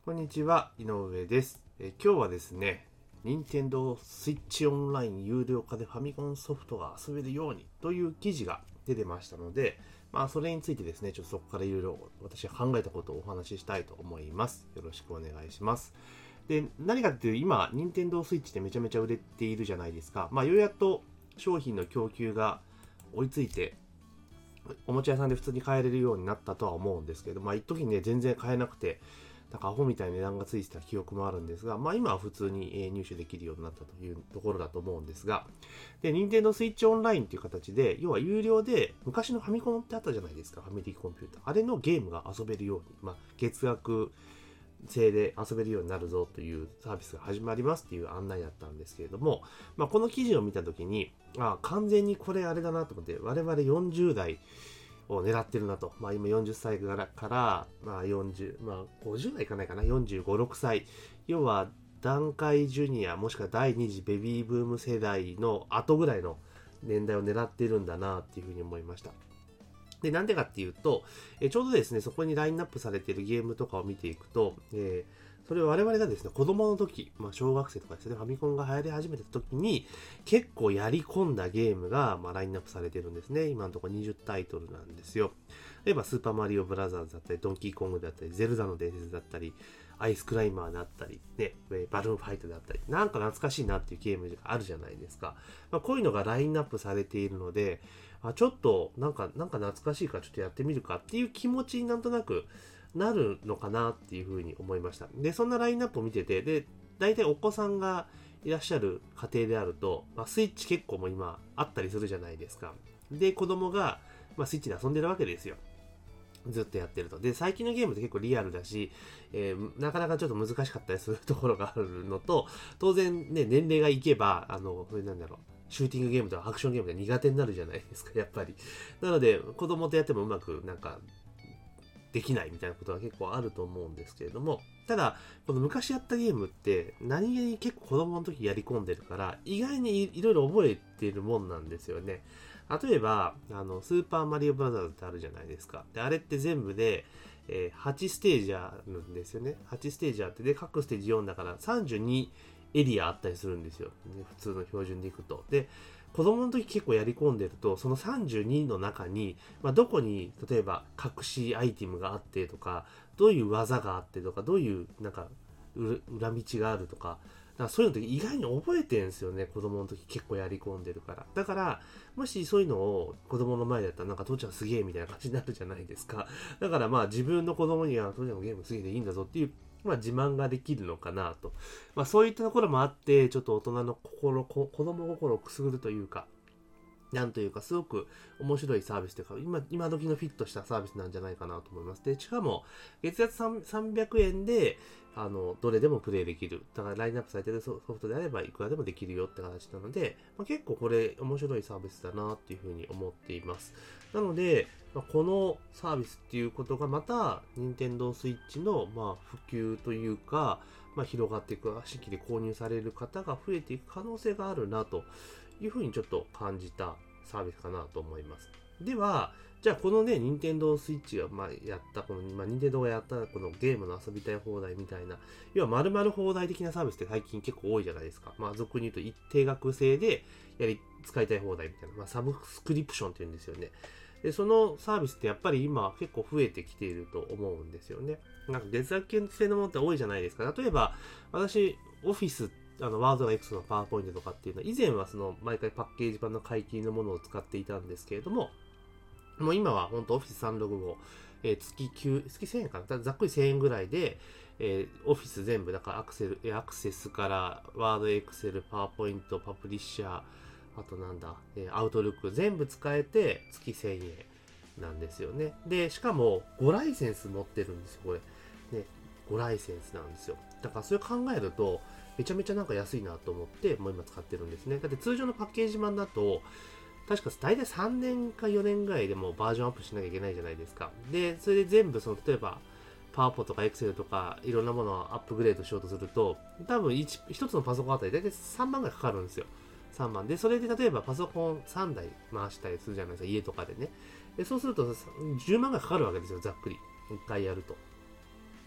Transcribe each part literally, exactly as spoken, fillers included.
こんにちは、井上です。え今日はですね、任天堂スイッチオンライン有料化でファミコンソフトが遊べるようにという記事が出てましたので、まあそれについてですね、ちょっとそこからいろいろ私が考えたことをお話ししたいと思います。よろしくお願いします。で、何かっていう今、任天堂スイッチってめちゃめちゃ売れているじゃないですか。まあようやっと商品の供給が追いついて、おもちゃ屋さんで普通に買えれるようになったとは思うんですけど、まあ一時ね、全然買えなくて、なんかアホみたいな値段がついてた記憶もあるんですが、まあ今は普通に入手できるようになったというところだと思うんですが、で、任天堂スイッチオンラインっていう形で、要は有料で昔のファミコンってあったじゃないですか、ファミリーコンピューター。あれのゲームが遊べるように、まあ月額制で遊べるようになるぞというサービスが始まりますっていう案内だったんですけれども、まあこの記事を見たときに、あ、完全にこれあれだなと思って、我々よんじゅう代、を狙ってるなと。まあ今よんじゅっさいからから、まあよんじゅう、まあごじゅう代いかないかな、よんじゅうご、ろくさい。要は団塊ジュニア、もしくは第二次ベビーブーム世代の後ぐらいの年代を狙ってるんだなっていうふうに思いました。で、なんでかっていうと、えちょうどですね、そこにラインナップされているゲームとかを見ていくと、えーそれを我々がですね、子供の時、まあ、小学生とかですね、ファミコンが流行り始めた時に、結構やり込んだゲームが、まあ、ラインナップされてるんですね。今のところにじゅうタイトルなんですよ。例えば、スーパーマリオブラザーズだったり、ドンキーコングだったり、ゼルダの伝説だったり、アイスクライマーだったり、ね、バルーンファイトだったり、なんか懐かしいなっていうゲームがあるじゃないですか。まあ、こういうのがラインナップされているので、あちょっと、なんか、なんか懐かしいからちょっとやってみるかっていう気持ちになんとなく、なるのかなっていうふうに思いました。で、そんなラインナップを見てて、で、大体お子さんがいらっしゃる家庭であると、まあ、スイッチ結構もう今あったりするじゃないですか。で、子供が、まあ、スイッチで遊んでるわけですよ。ずっとやってると。で、最近のゲームって結構リアルだし、えー、なかなかちょっと難しかったりするところがあるのと、当然ね、年齢がいけば、あの、それなんだろう、シューティングゲームとかアクションゲームが苦手になるじゃないですか、やっぱり。なので、子供とやってもうまく、なんか、できないみたいなことが結構あると思うんですけれども、ただ、この昔やったゲームって何気に結構子供の時やり込んでるから、意外にいろいろ覚えているもんなんですよね。例えば、あの、スーパーマリオブラザーズってあるじゃないですか。で、あれって全部で、えー、はちステージあるんですよね。はちステージあって、で、各ステージよんだからさんじゅうにエリアあったりするんですよ。普通の標準でいくと。で、子供の時結構やり込んでると、そのさんじゅうにの中に、まあ、どこに、例えば隠しアイテムがあってとか、どういう技があってとか、どういう、なんか、裏道があるとか、だからそういうのって意外に覚えてるんですよね。子供の時結構やり込んでるから。だから、もしそういうのを子供の前でやったらなんか父ちゃんすげえみたいな感じになるじゃないですか。だからまあ自分の子供には父ちゃんのゲームすげえでいいんだぞっていう、まあ自慢ができるのかなと。まあそういったところもあって、ちょっと大人の心、子供心をくすぐるというか、なんというか、すごく面白いサービスというか、今、今時のフィットしたサービスなんじゃないかなと思います。で、しかも、月額さんびゃくえんで、あの、どれでもプレイできる。だから、ラインナップされてるソフトであれば、いくらでもできるよって形なので、まあ、結構これ、面白いサービスだなっていうふうに思っています。なので、まあ、このサービスっていうことが、また、任天堂スイッチの、まあ、普及というか、まあ、広がっていく、新規で購入される方が増えていく可能性があるなというふうにちょっと感じたサービスかなと思います。では、じゃあこのね、任天堂スイッチがまあやった、この、まあ、任天堂がやったこのゲームの遊びたい放題みたいな、要は丸々放題的なサービスって最近結構多いじゃないですか。まあ俗に言うと一定額制でやり、使いたい放題みたいな、まあサブスクリプションって言うんですよね。で、そのサービスってやっぱり今結構増えてきていると思うんですよね。なんか月額制のものって多いじゃないですか。例えば、私、オフィスあの、ワード X のパワーポイントとかっていうのは、以前はその、毎回パッケージ版の解禁のものを使っていたんですけれども、もう今は本当 オフィスさんろくご、えー、月きゅう、月せんえんかなざっくりせんえんぐらいで、えー、オフィス全部、だからアクセル、アクセスから、ワード Excel、パワーポイント、パブリッシャー、あとなんだ、えー、アウトルック、全部使えて月せんえんなんですよね。で、しかもごライセンス持ってるんですよ、これ。ね、ごライセンスなんですよ。だからそれ考えると、めちゃめちゃなんか安いなと思って、もう今使ってるんですね。だって通常のパッケージ版だと、確か大体さんねんかよねんぐらいでもバージョンアップしなきゃいけないじゃないですか。で、それで全部その、例えば、パワポとかエクセルとかいろんなものをアップグレードしようとすると、多分 1, 一つのパソコンあたり大体さんまんぐらいかかるんですよ。さんまん。で、それで例えばパソコンさんだい回したりするじゃないですか、家とかでね。で、そうするとじゅうまんぐらいかかるわけですよ、ざっくり。いっかいやると。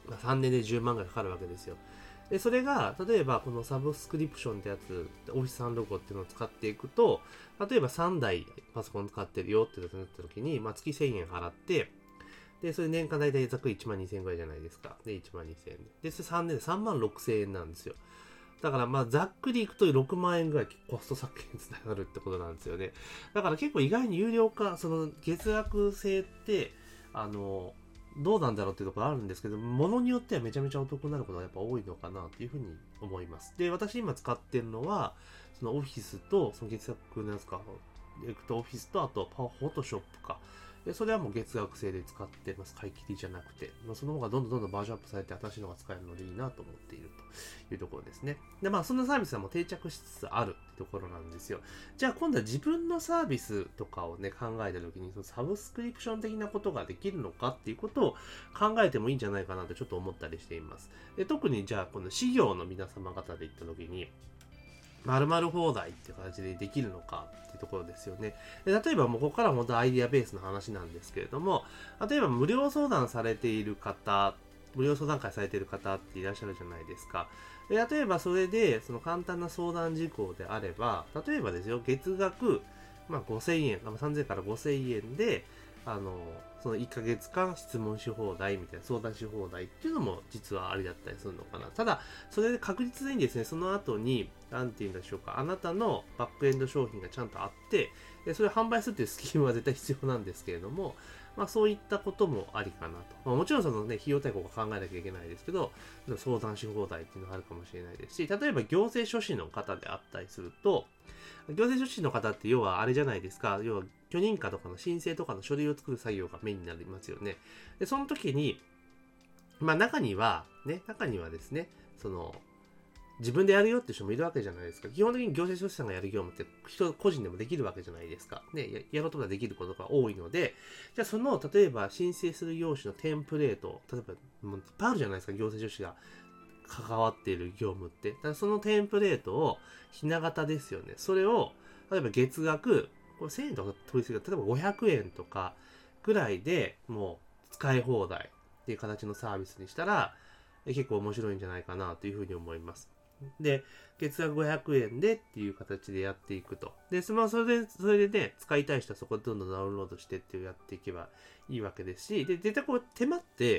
まあ、さんねんでじゅうまんぐらいかかるわけですよ。で、それが、例えばこのサブスクリプションってやつ、オフィスさんロゴっていうのを使っていくと、例えばさんだいパソコン使ってるよってなった時に、まあ、月せんえん払って、で、それ年間大体ざっくりいちまんにせんえんぐらいじゃないですか。で、いちまんにせんえんで。で、それさんねんでさんまんろくせんえんなんですよ。だからまあざっくりいくとろくまんえんぐらいコスト削減につながるってことなんですよね。だから結構意外に有料化、その月額制って、あの、どうなんだろうっていうところあるんですけど、ものによってはめちゃめちゃお得になることがやっぱ多いのかなっていうふうに思います。で、私今使ってるのは、そのオフィスと、その月額なんですか、エクトオフィスと、あとパワーフォトショップか。で、それはもう月額制で使ってます。買い切りじゃなくて。まあ、その方がどんどんどんどんバージョンアップされて新しいのが使えるのでいいなと思っているというところですね。で、まあそんなサービスはもう定着しつつあるってところなんですよ。じゃあ今度は自分のサービスとかをね、考えたときに、そのサブスクリプション的なことができるのかっていうことを考えてもいいんじゃないかなとちょっと思ったりしています。で、特にじゃあこの事業の皆様方で言ったときに、〇〇放題っていう形でできるのかっていうところですよね。で例えばもうここからは本当アイディアベースの話なんですけれども、例えば無料相談されている方、無料相談会されている方っていらっしゃるじゃないですか。で例えばそれでその簡単な相談事項であれば、例えばですよ、月額、まあ、ごせんえん、さんぜんえんからごせんえんで、あの、そのいっかげつかん質問し放題みたいな相談し放題っていうのも実はありだったりするのかな。ただ、それで確実にですね、その後に、なんて言うんでしょうか、あなたのバックエンド商品がちゃんとあって、でそれを販売するっていうスキームは絶対必要なんですけれども、まあそういったこともありかなと。まあ、もちろんそのね、費用対効果考えなきゃいけないですけど、相談し放題っていうのがあるかもしれないですし、例えば行政書士の方であったりすると、行政書士の方って要はあれじゃないですか、要は許認可とかの申請とかの書類を作る作業がメインになりますよね。で、その時に、まあ中には、ね、中にはですね、その、自分でやるよって人もいるわけじゃないですか。基本的に行政書士さんがやる業務って人個人でもできるわけじゃないですか。ね、ややろうと思ったらできることが多いので、じゃあその、例えば申請する用紙のテンプレート、例えば、もういっぱいあるじゃないですか、行政書士が関わっている業務って。だからそのテンプレートを、ひな形ですよね。それを、例えば月額、これせんえんとか取りすぎた例えばごひゃくえんとかぐらいでもう使い放題っていう形のサービスにしたら、結構面白いんじゃないかなというふうに思います。で、月額ごひゃくえんでっていう形でやっていくと。で、まあ、それで、それでね、使いたい人はそこでどんどんダウンロードしてっていうやっていけばいいわけですし、で、絶対こう手間って、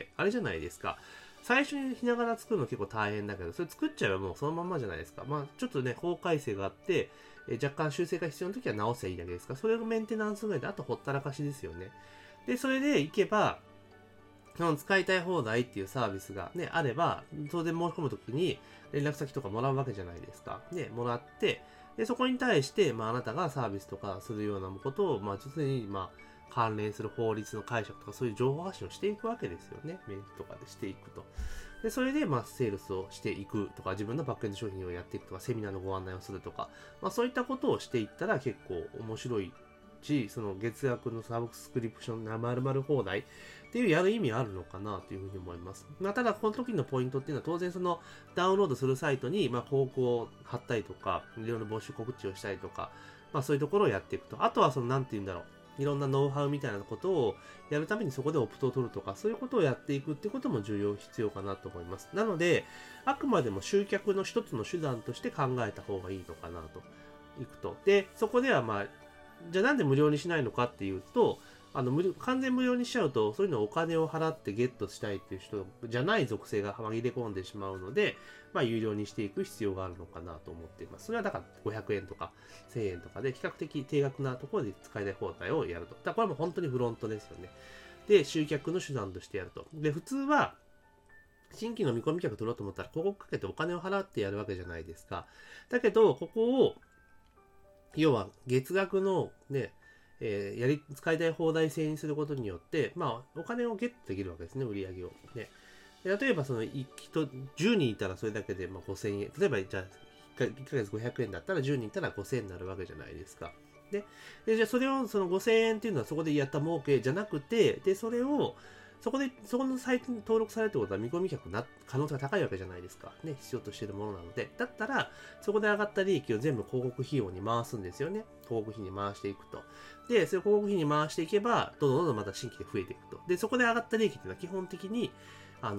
あれじゃないですか。最初にひながら作るの結構大変だけど、それ作っちゃえばもうそのまんまじゃないですか。まあ、ちょっとね、法改正があって、え若干修正が必要な時は直せばいいだけですから、それがメンテナンスぐらいで、あとほったらかしですよね。で、それでいけば、その使いたい放題っていうサービスがね、あれば、当然申し込むときに連絡先とかもらうわけじゃないですか。ね、もらって、で、そこに対して、まあ、あなたがサービスとかするようなことを、まあ、実に、まあ、関連する法律の解釈とか、そういう情報発信をしていくわけですよね。メールとかでしていくと。で、それで、まあ、セールスをしていくとか、自分のバックエンド商品をやっていくとか、セミナーのご案内をするとか、まあ、そういったことをしていったら結構面白いし、その月額のサブスクリプションな〇〇放題っていうやる意味あるのかなというふうに思います。まあ、ただこの時のポイントっていうのは当然そのダウンロードするサイトにまあ広告を貼ったりとか、いろいろ募集告知をしたりとか、まあそういうところをやっていくと。あとはそのなんて言うんだろう。いろんなノウハウみたいなことをやるためにそこでオプトを取るとか、そういうことをやっていくってことも重要、必要かなと思います。なので、あくまでも集客の一つの手段として考えた方がいいのかなと。いくと。で、そこではまあ、じゃあなんで無料にしないのかっていうと、あの無料完全無料にしちゃうと、そういうのをお金を払ってゲットしたいっていう人じゃない属性が紛れ込んでしまうので、まあ有料にしていく必要があるのかなと思っています。それはだからごひゃくえんとかせんえんとかで比較的低額なところで使いたい放題をやると。だからこれはもう本当にフロントですよね。で、集客の手段としてやると。で、普通は、新規の見込み客取ろうと思ったら広告かけてお金を払ってやるわけじゃないですか。だけど、ここを、要は月額のね、えー、やり、使いたい放題制にすることによって、まあ、お金をゲットできるわけですね、売り上げを。ね。例えば、その、人、じゅうにんいたらそれだけで、まあ、ごせんえん。例えば、じゃあ、いっかげつごひゃくえんだったらじゅうにんいたらごせんえんになるわけじゃないですか。で、でじゃあ、それを、そのごせんえんっていうのはそこでやった儲けじゃなくて、で、それを、そこで、そこのサイトに登録されるってことは見込み客な可能性が高いわけじゃないですか。ね、必要としているものなので。だったら、そこで上がった利益を全部広告費用に回すんですよね。広告費に回していくと。で、それを広告費に回していけば、どんどんどんどんまた新規で増えていくと。で、そこで上がった利益っていうのは基本的に、あの、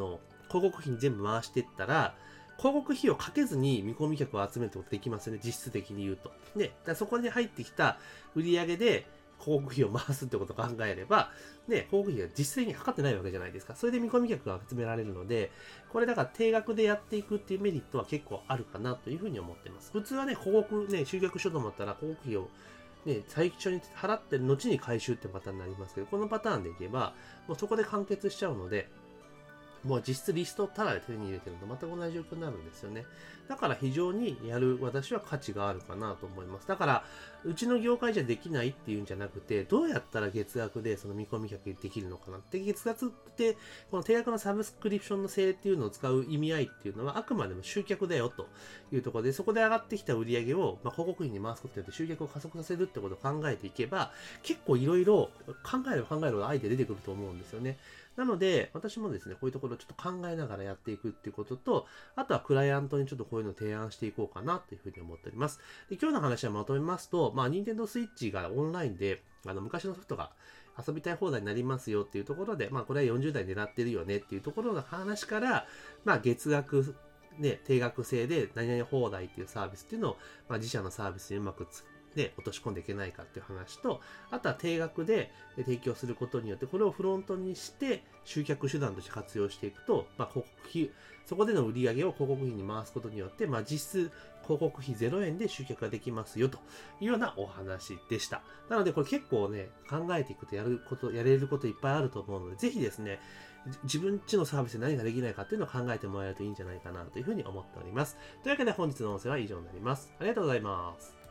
広告費に全部回していったら、広告費をかけずに見込み客を集めることできますよね、実質的に言うと。で、だからそこに入ってきた売り上げで広告費を回すってことを考えれば、ね、広告費が実質的にかかってないわけじゃないですか。それで見込み客が集められるので、これだから定額でやっていくっていうメリットは結構あるかなというふうに思っています。普通はね、広告ね、集客しようと思ったら広告費をね、最初に払ってる後に回収ってパターンになりますけど、このパターンでいけば、もうそこで完結しちゃうので、もう実質リストをタダで手に入れてるのと全く同じ状況になるんですよね。だから非常にやる私は価値があるかなと思います。だから、うちの業界じゃできないっていうんじゃなくて、どうやったら月額でその見込み客できるのかなって、月額って、この定額のサブスクリプションの制っていうのを使う意味合いっていうのは、あくまでも集客だよというところで、そこで上がってきた売り上げを、まあ、広告費に回すことによって集客を加速させるってことを考えていけば、結構いろいろ考えれば考えるほどアイデア出てくると思うんですよね。なので、私もですね、こういうところをちょっと考えながらやっていくっていうことと、あとはクライアントにちょっとこういうのを提案していこうかなというふうに思っております。で、今日の話はまとめますと、まあ、Nintendo Switch がオンラインで、あの、昔のソフトが遊びたい放題になりますよっていうところで、まあ、これはよんじゅう代狙ってるよねっていうところの話から、まあ、月額、ね、定額制で何々放題っていうサービスっていうのを、まあ、自社のサービスにうまくつで落とし込んでいけないかっていう話と、あとは定額で提供することによって、これをフロントにして集客手段として活用していくと、まあ、広告費、そこでの売り上げを広告費に回すことによって、まあ、実質広告費ゼロえんで集客ができますよというようなお話でした。なのでこれ結構ね、考えていくとやること、やれることいっぱいあると思うので、ぜひですね、自分ちのサービスで何ができないかっていうのを考えてもらえるといいんじゃないかなというふうに思っております。というわけで本日の音声は以上になります。ありがとうございます。